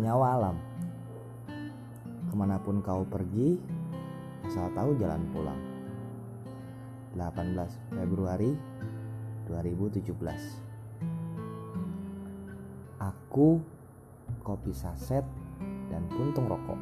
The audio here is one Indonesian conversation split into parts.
senyawa alam. Kemanapun kau pergi, asal tahu jalan pulang. 18 Februari 2017. Aku, kopi saset, dan puntung rokok.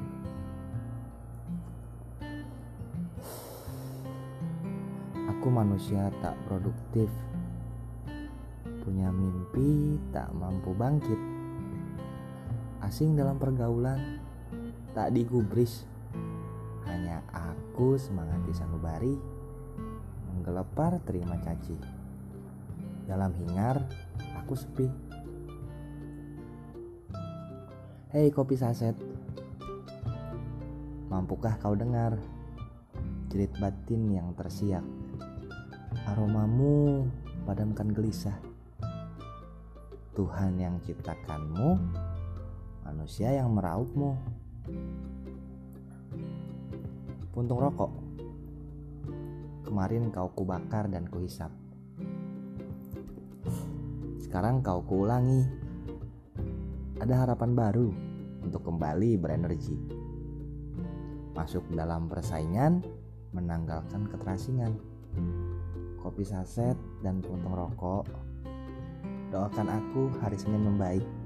Aku manusia tak produktif, punya mimpi tak mampu bangkit, asing dalam pergaulan, tak digubris. Hanya aku semangati sanubari, menggelepar terima caci. Dalam hingar, aku sepi. Hei kopi saset, mampukah kau dengar jerit batin yang tersiak? Aromamu padamkan gelisah. Tuhan yang ciptakanmu, manusia yang meraupmu. Puntung rokok, kemarin kau kubakar dan kuhisap. Sekarang kau kuulangi. Ada harapan baru untuk kembali berenergi. Masuk dalam persaingan, menanggalkan keterasingan. Kopi saset dan puntung rokok, doakan aku hari Senin membaik.